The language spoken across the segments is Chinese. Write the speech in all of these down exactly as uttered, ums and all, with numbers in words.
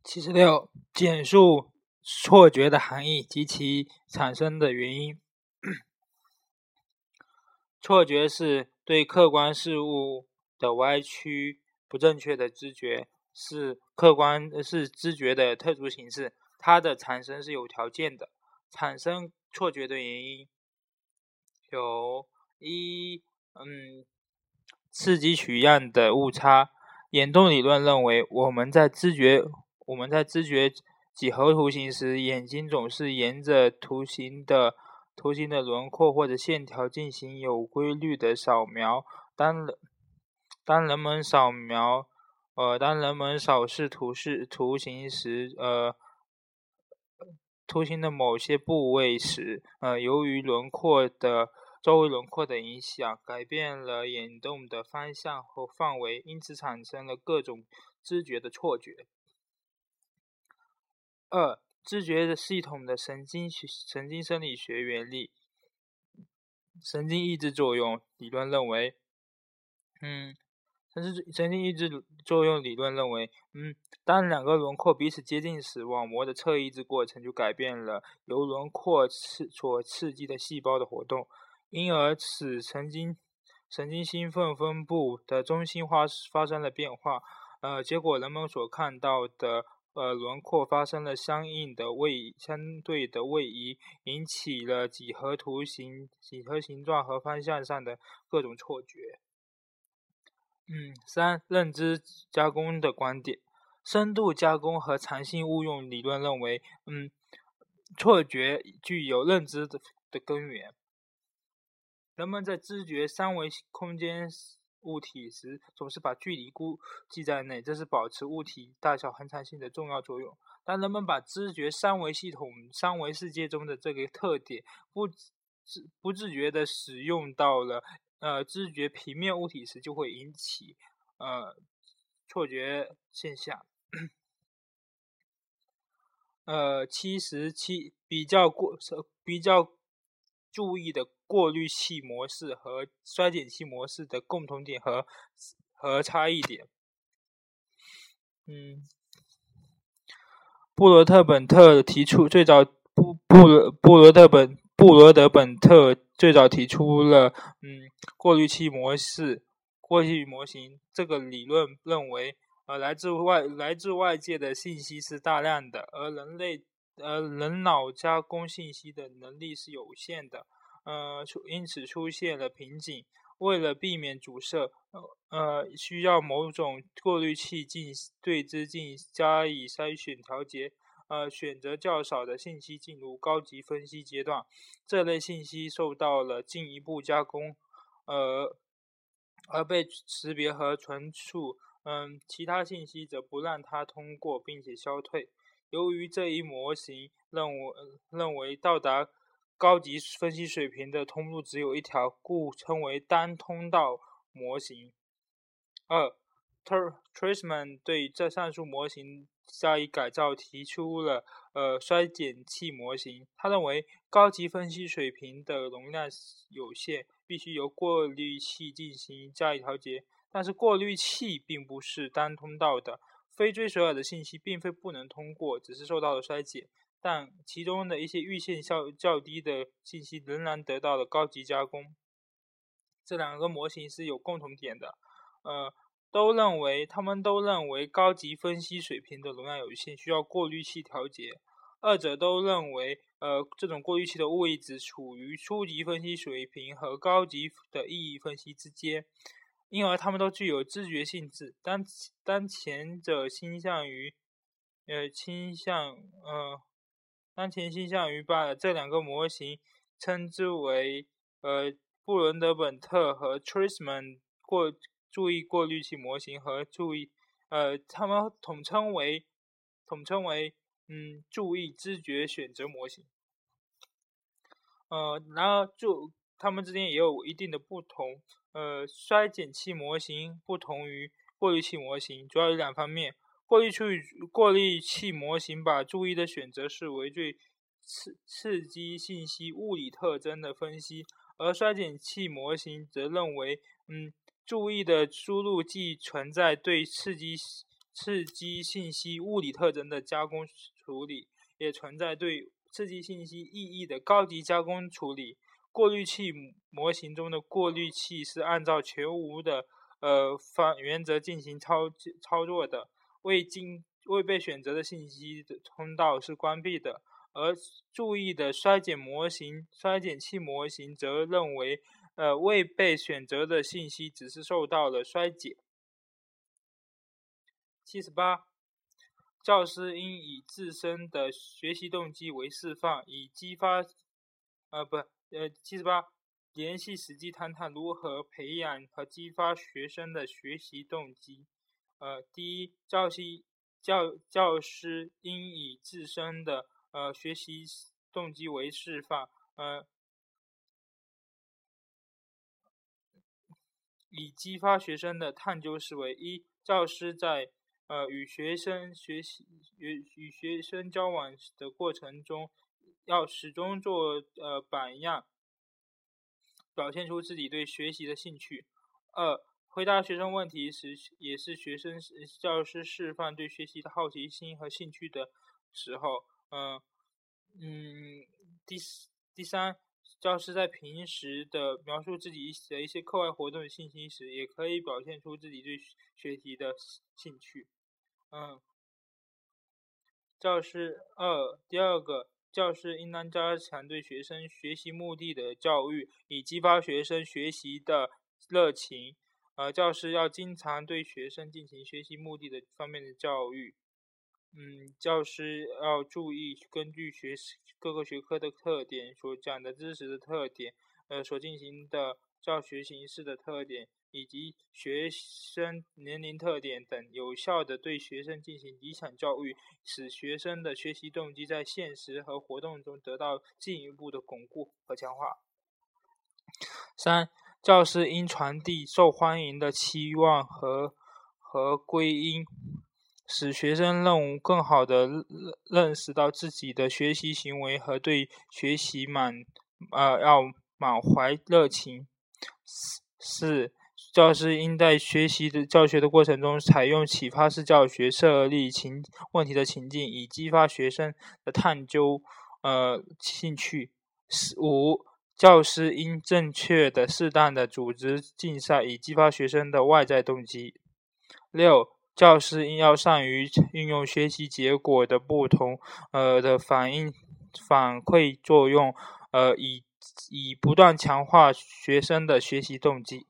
七十六，简述错觉的含义及其产生的原因。错觉是对客观事物的歪曲、不正确的知觉，是客观是知觉的特殊形式，它的产生是有条件的。产生错觉的原因有一，嗯，刺激取样的误差。眼动理论认为，我们在知觉我们在知觉几何图形时，眼睛总是沿着图形的图形的轮廓或者线条进行有规律的扫描。当人当人们扫描呃当人们扫视图示图形时，呃图形的某些部位时，呃由于轮廓的周围轮廓的影响，改变了眼动的方向和范围，因此产生了各种知觉的错觉。二、知觉系统的神经神经生理学原理。神经抑制作用理论认为，嗯，神经抑制作用理论认为，嗯，当两个轮廓彼此接近时，网膜的侧抑制过程就改变了由轮廓刺所刺激的细胞的活动，因而使神经神经兴奋分布的中心发发生了变化。呃，结果人们所看到的呃轮廓发生了相应的位相对的位移，引起了几何图形、几何形状和方向上的各种错觉。嗯，三、认知加工的观点。深度加工和弹性误用理论认为，嗯，错觉具有认知 的, 的根源。人们在知觉三维空间物体时，总是把距离估计在内，这是保持物体大小恒常性的重要作用。当人们把知觉三维系统三维世界中的这个特点不不自觉地使用到了呃知觉平面物体时，就会引起呃错觉现象。呃，七十七比较过比较注意的过滤器模式和衰减器模式的共同点和和差异点。嗯，布罗特本特提出最早布布罗布罗特本布罗德本特最早提出了嗯过滤器模式过滤模型。这个理论认为，呃，来自外来自外界的信息是大量的，而人类呃人脑加工信息的能力是有限的，呃，因此出现了瓶颈。为了避免阻塞，呃，需要某种过滤器进对之进加以筛选调节，呃，选择较少的信息进入高级分析阶段。这类信息受到了进一步加工，呃，而被识别和存储。嗯，其他信息则不让它通过，并且消退。由于这一模型认为认为到达高级分析水平的通路只有一条，故称为单通道模型。二 Treisman 对这上述模型加以改造，提出了呃衰减器模型。他认为高级分析水平的容量有限，必须由过滤器进行加以调节。但是过滤器并不是单通道的，非追索尔的信息并非不能通过，只是受到了衰减。但其中的一些阈限较较低的信息仍然得到了高级加工。这两个模型是有共同点的，呃，都认为他们都认为高级分析水平的容量有限，需要过滤器调节。二者都认为，呃，这种过滤器的位置处于初级分析水平和高级的意义分析之间，因而它们都具有知觉性质。当当前者倾向于，呃，倾向呃。当前倾向于把这两个模型称之为呃布伦德本特和 Treisman 过注意过滤器模型和注意呃他们统称为统称为嗯注意知觉选择模型。呃，然而就它们之间也有一定的不同。呃，衰减器模型不同于过滤器模型，主要有两方面。过滤器过滤器模型把注意的选择视为对刺刺激信息物理特征的分析，而衰减器模型则认为，嗯，注意的输入既存在对刺激刺激信息物理特征的加工处理，也存在对刺激信息意义的高级加工处理。过滤器模型中的过滤器是按照全无的呃方原则进行操操作的，未经未被选择的信息的通道是关闭的。而注意的衰减模型衰减器模型则认为呃未被选择的信息只是受到了衰减。七十八，教师应以自身的学习动机为释放，以激发呃不呃七十八联系实际探探如何培养和激发学生的学习动机。呃，第一，教师教教师应以自身的呃学习动机为释放，呃，以激发学生的探究思维。一，教师在呃与学生学习与与学生交往的过程中，要始终做呃榜样，表现出自己对学习的兴趣。二，回答学生问题时，也是学生教师释放对学习的好奇心和兴趣的时候。嗯嗯，第第三，教师在平时的描述自己的一些课外活动的信息时，也可以表现出自己对学习的兴趣。嗯，教师二第二个，教师应当加强对学生学习目的的教育，以激发学生学习的热情。呃，教师要经常对学生进行学习目的的方面的教育。嗯，教师要注意根据学各个学科的特点、所讲的知识的特点、呃所进行的教学形式的特点，以及学生年龄特点等，有效的对学生进行理想教育，使学生的学习动机在现实和活动中得到进一步的巩固和强化。三，教师应传递受欢迎的期望和和归因，使学生能更好地认识到自己的学习行为和对学习满呃要满怀热情。四，教师应在学习的教学的过程中采用启发式教学，设立情问题的情境，以激发学生的探究呃兴趣。五，教师应正确的、适当的组织竞赛，以激发学生的外在动机。六，教师应要善于运用学习结果的不同呃的反应反馈作用，呃以以不断强化学生的学习动机。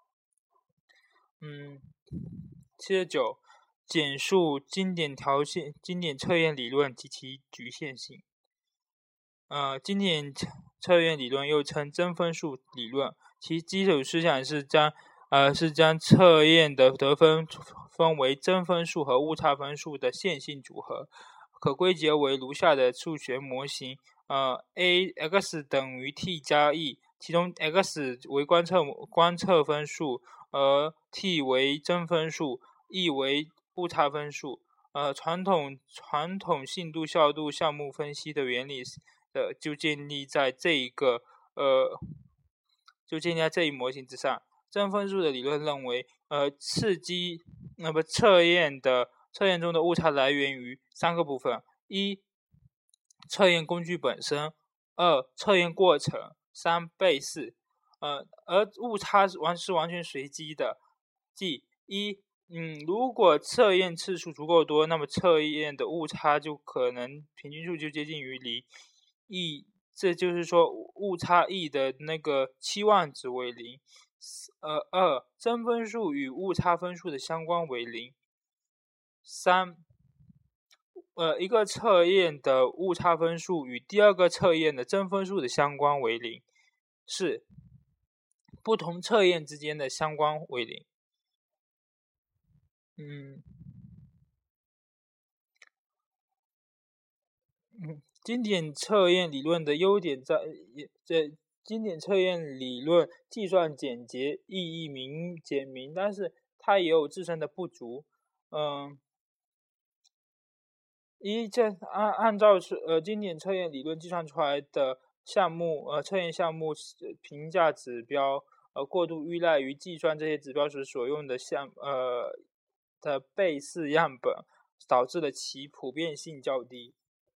嗯，七十九，简述经典条件、经典测验理论及其局限性。呃，经典测验理论又称增分数理论，其基础思想是将呃是将测验的得分分为增分数和误差分数的线性组合，可归结为如下的数学模型：呃 a x 等于 t 加 e， 其中 x 为观测观测分数，而 t 为增分数 ，e 为误差分数。呃，传统传统信度效度项目分析的原理的就建立在这一个呃，就建立在这一模型之上。增分数的理论认为，呃，刺激那么测验的测验中的误差来源于三个部分：一、测验工具本身；二、测验过程；三、倍式。呃，而误差是完是完全随机的，即一。嗯，如果测验次数足够多，那么测验的误差就可能平均数就接近于零。e， 这就是说误差 e 的那个期望值为零。呃，二，增分数与误差分数的相关为零。三，呃，一个测验的误差分数与第二个测验的增分数的相关为零。四，不同测验之间的相关为零。嗯嗯，经典测验理论的优点在这经典测验理论计算简洁，意义明简明，但是它也有自身的不足。嗯，一，这按按照是呃经典测验理论计算出来的项目呃测验项目评价指标，呃过度依赖于计算这些指标时所用的项呃的贝氏样本，导致了其普遍性较低。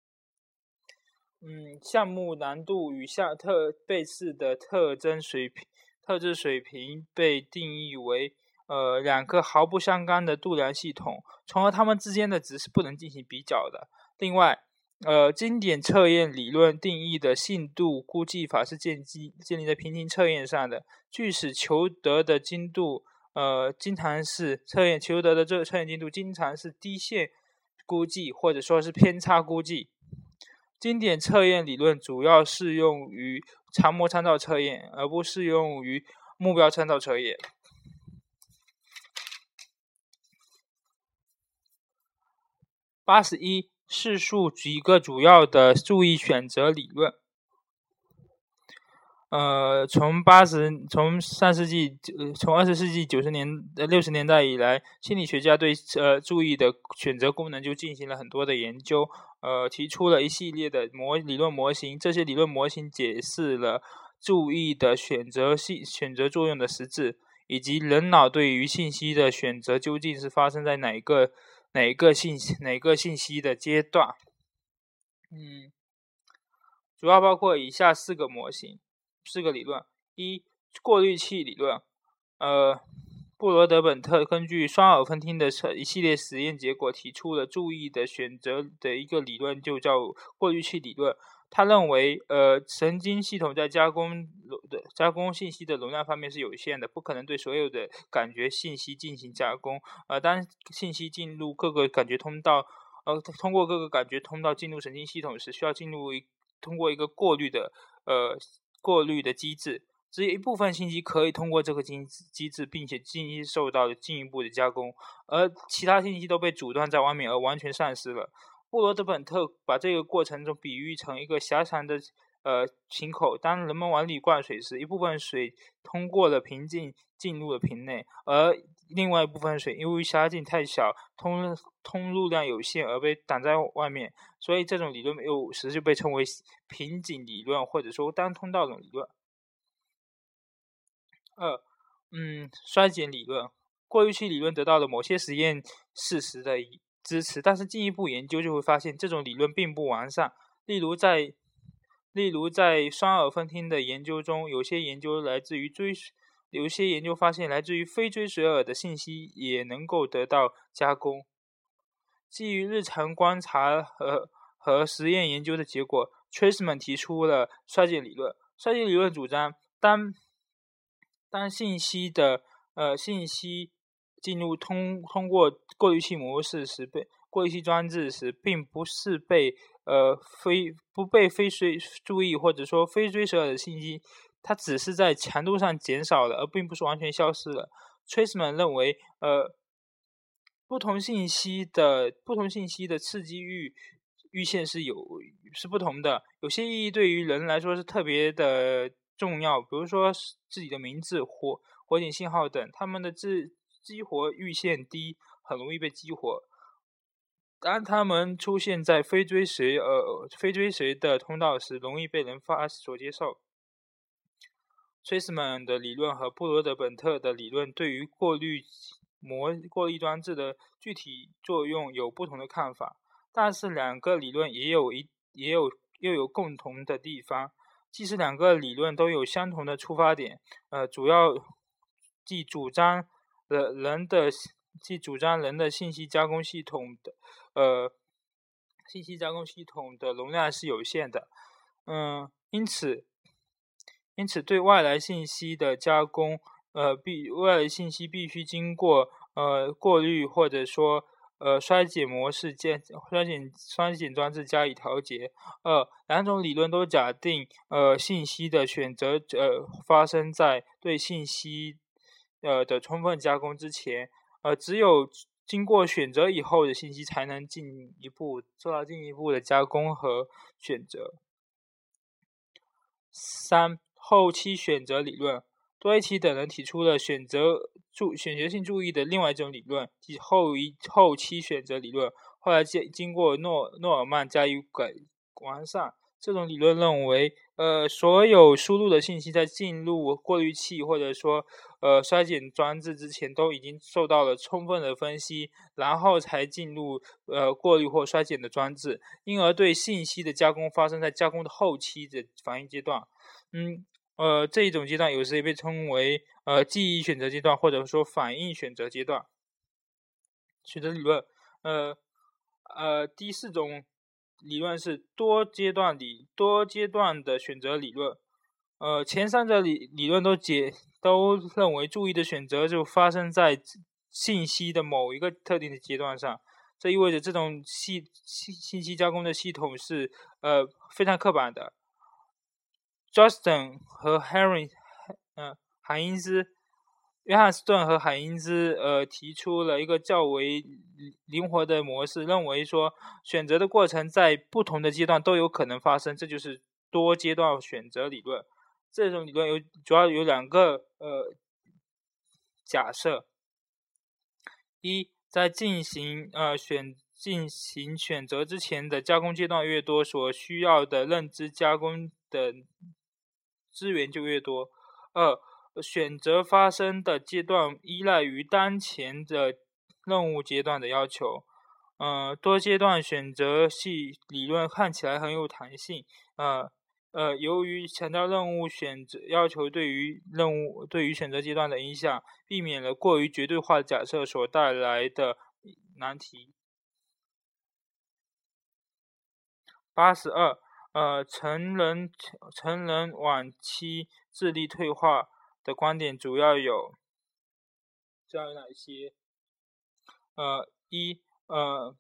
嗯，项目难度与项特贝氏的特征水平特质水平被定义为呃两个毫不相干的度量系统，从而它们之间的值是不能进行比较的。另外，呃，经典测验理论定义的信度估计法是建基建立在平行测验上的，据此求得的精度，呃，经常是测验求得的这个测验精度经常是低线估计或者说是偏差估计。经典测验理论主要适用于常模参照测验，而不适用于目标参照测验。八十一，试述几个主要的注意选择理论。呃，从八十从上世纪呃从二十世纪九十年呃六十年代以来，心理学家对呃注意的选择功能就进行了很多的研究，呃，提出了一系列的模理论模型。这些理论模型解释了注意的选择性选择作用的实质，以及人脑对于信息的选择究竟是发生在哪个哪个信息哪个信息的阶段。嗯，主要包括以下四个模型。四个理论：一、过滤器理论。呃，布罗德本特根据双耳分听的一系列实验结果，提出了注意的选择的一个理论，就叫过滤器理论。他认为，呃，神经系统在加工的加工信息的容量方面是有限的，不可能对所有的感觉信息进行加工。呃，当信息进入各个感觉通道，呃，通过各个感觉通道进入神经系统时，需要进入一通过一个过滤的呃。过滤的机制，只有一部分信息可以通过这个机制，并且进一受到进一步的加工，而其他信息都被阻断在外面而完全丧失了。布罗德本特把这个过程中比喻成一个狭长的呃瓶口，当人们往里灌水时，一部分水通过了瓶颈进入了瓶内，而另外一部分水由于狭径太小，通通入量有限而被挡在外面，所以这种理论有时就被称为瓶颈理论，或者说单通道的理论。二，嗯，衰减理论。过滤器理论得到了某些实验事实的支持，但是进一步研究就会发现这种理论并不完善。例如在例如在双耳分听的研究中，有些研究来自于追有些研究发现来自于非追随耳的信息也能够得到加工。基于日常观察和和实验研究的结果， Treisman 提出了衰减理论。衰减理论主张，当当信息的呃信息进入通通过过滤器模式时，被过滤器装置时，并不是被呃非不被非追注意或者说非追随耳的信息，它只是在强度上减少了，而并不是完全消失了。Treisman 认为，呃，不同信息的不同信息的刺激阈阈限是有是不同的，有些意义对于人来说是特别的重要，比如说自己的名字、火火警信号等，它们的激激活阈限低，很容易被激活。当它们出现在非追随呃非追随的通道时，容易被人发所接受。Treisman 的理论和布罗德本特的理论对于过滤模过滤装置的具体作用有不同的看法，但是两个理论也有一也有又有共同的地方。即使两个理论都有相同的出发点，呃，主要即主张人人的即主张人的信息加工系统的呃信息加工系统的容量是有限的，嗯，因此因此对外来信息的加工，呃，必外来信息必须经过呃过滤或者说呃衰减模式加衰减衰减装置加以调节。二，两种理论都假定呃信息的选择呃发生在对信息呃的充分加工之前，呃只有经过选择以后的信息才能进一步做到进一步的加工和选择。三，后期选择理论。多维奇等人提出了选择注选择性注意的另外一种理论，即后一后期选择理论。后来经经过诺诺尔曼加以改完善， 这种理论认为，呃，所有输入的信息在进入过滤器或者说呃衰减装置之前，都已经受到了充分的分析，然后才进入呃过滤或衰减的装置，因而对信息的加工发生在加工的后期的反应阶段。嗯，呃，这一种阶段有时也被称为呃记忆选择阶段，或者说反应选择阶段。选择理论，呃呃，第四种理论是多阶段理多阶段的选择理论。呃，前三者理理论都解都认为注意的选择就发生在信息的某一个特定的阶段上，这意味着这种系信信息加工的系统是呃非常刻板的。Johnston 和 Henry 呃海因斯约翰斯顿和海因兹呃提出了一个较为灵活的模式，认为说选择的过程在不同的阶段都有可能发生，这就是多阶段选择理论。这种理论有主要有两个呃假设：一，在进行呃选进行选择之前的加工阶段越多，所需要的认知加工的资源就越多；二，选择发生的阶段依赖于当前的任务阶段的要求。呃，多阶段选择系理论看起来很有弹性，呃呃，由于强调任务选择要求对于任务对于选择阶段的影响，避免了过于绝对化的假设所带来的难题。八十二，呃，成人成人晚期智力退化的观点主要有，主要有哪些？呃，一，呃，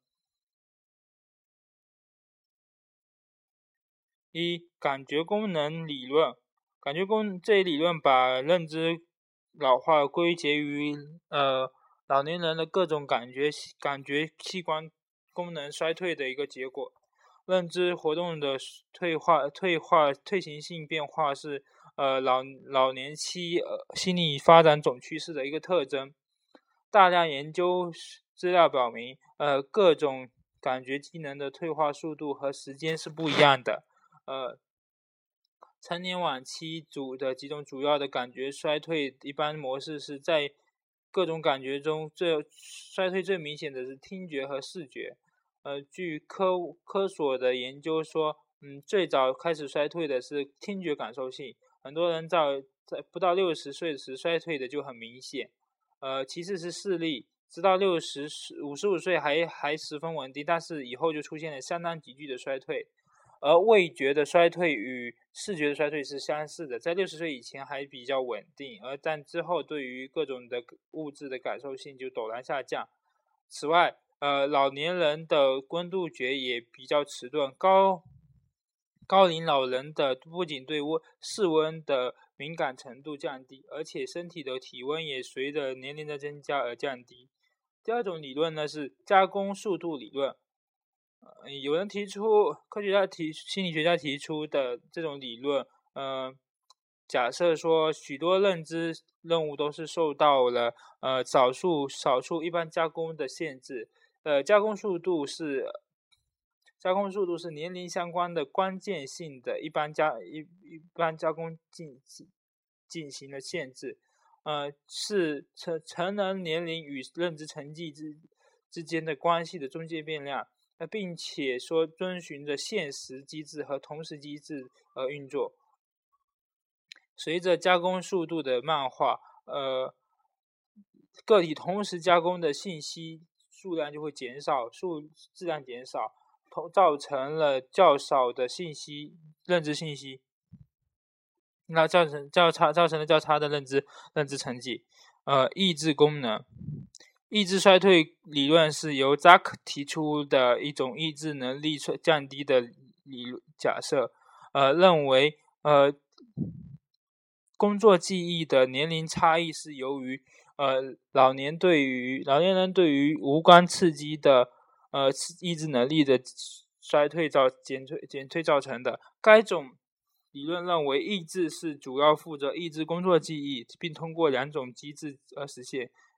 一感觉功能理论，感觉功这一理论把认知老化归结于呃老年人的各种感觉感觉器官功能衰退的一个结果。认知活动的退化、退化、退行性变化是呃老老年期呃心理发展总趋势的一个特征。大量研究资料表明，呃各种感觉机能的退化速度和时间是不一样的。呃，成年晚期主的几种主要的感觉衰退一般模式是在各种感觉中，最衰退最明显的是听觉和视觉。呃，据科科索的研究说，嗯，最早开始衰退的是听觉感受性，很多人在在不到六十岁时衰退的就很明显。呃，其次是视力，直到六十五十五岁还还十分稳定，但是以后就出现了相当急剧的衰退。而味觉的衰退与视觉的衰退是相似的，在六十岁以前还比较稳定，而但之后对于各种的物质的感受性就陡然下降。此外，呃，老年人的温度觉也比较迟钝，高高龄老人的不仅对温室温的敏感程度降低，而且身体的体温也随着年龄的增加而降低。第二种理论呢是加工速度理论。呃，有人提出，科学家提心理学家提出的这种理论，呃，假设说许多认知任务都是受到了呃少数少数一般加工的限制，呃，加工速度是加工速度是年龄相关的关键性的一般加一一般加工进进行了限制，呃，是成成人年龄与认知成绩之之间的关系的中介变量。呃，并且说遵循着现实机制和同时机制而运作。随着加工速度的慢化，呃，个体同时加工的信息数量就会减少，数质量减少，同造成了较少的信息认知信息，那造成较差造成了较差的认知认知成绩。呃，抑制功能。抑制衰退理论是由扎克提出的一种抑制能力降低的理假设，呃，认为呃工作记忆的年龄差异是由于呃老年对于老年人对于无关刺激的呃抑制能力的衰退造减退减退造成的。该种理论认为抑制是主要负责抑制工作记忆，并通过两种机制而实现。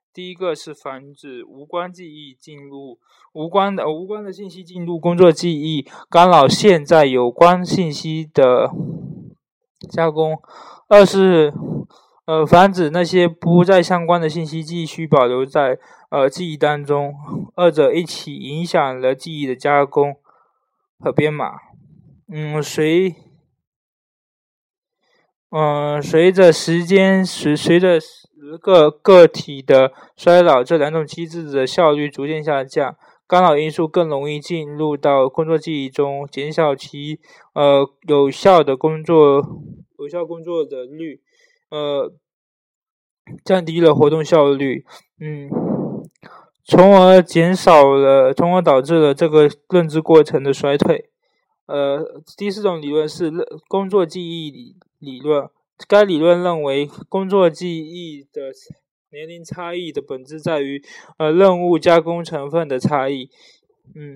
第一个是防止无关记忆进入无关的无关的信息进入工作记忆，干扰现在有关信息的加工；二是呃防止那些不再相关的信息继续保留在呃记忆当中，二者一起影响了记忆的加工和编码。嗯，随嗯、呃、随着时间随随着个个体的衰老，这两种机制的效率逐渐下降，干扰因素更容易进入到工作记忆中，减少其呃有效的工作有效工作的率，呃降低了活动效率，嗯，从而减少了，从而导致了这个认知过程的衰退。呃，第四种理论是工作记忆理理论。该理论认为，工作记忆的年龄差异的本质在于呃任务加工成分的差异。嗯，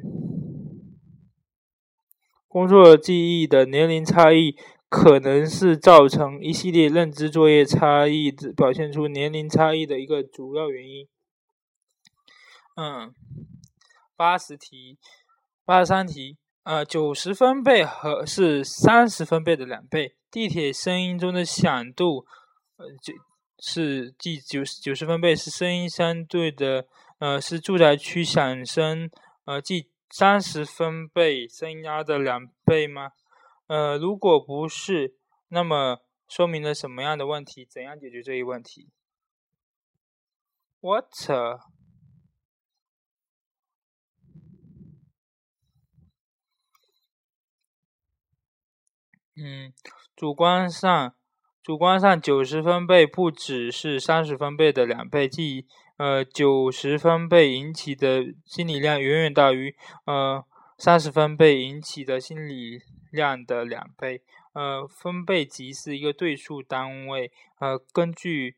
工作记忆的年龄差异可能是造成一系列认知作业差异表现出年龄差异的一个主要原因。嗯，八十题，八十三题。呃，九十分贝和是三十分贝的两倍。地铁声音中的响度，呃，就是即九九十分贝是声音相对的，呃，是住宅区响声，呃，即三十分贝声压的两倍吗？呃，如果不是，那么说明了什么样的问题？怎样解决这一问题 ？What？嗯，主观上，主观上九十分贝不只是三十分贝的两倍，即呃九十分贝引起的心理量远远大于呃三十分贝引起的心理量的两倍。呃，分贝级是一个对数单位。呃，根据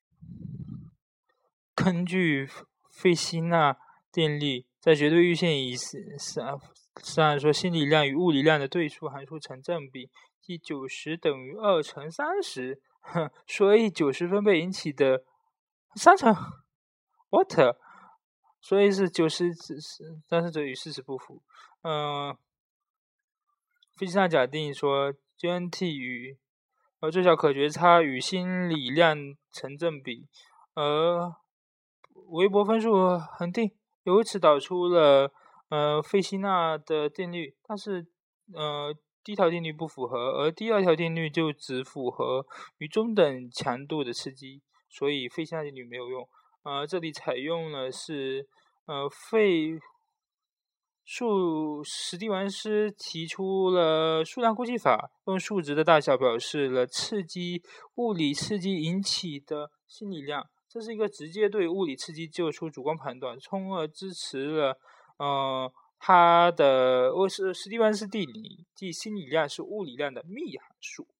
根据费希纳定律，在绝对阈限以上上说，心理量与物理量的对数函数成正比，即九十等于二乘三十。所以九十分贝引起的三乘 what？ 所以是九十，但是这与事实不符。嗯、呃，费希纳假定说 G N T 与呃最小可觉差与心理量成正比，而韦伯分数恒定，由此导出了呃费希纳的定律，但是呃第一条定律不符合，而第二条定律就只符合于中等强度的刺激，所以费希纳定律没有用。呃，这里采用了是呃费数史蒂文斯提出了数量估计法，用数值的大小表示了刺激物理刺激引起的心理量。这是一个直接对物理刺激做出主观判断，从而支持了呃他的是史蒂文斯定理，即心理量是物理量的幂函数。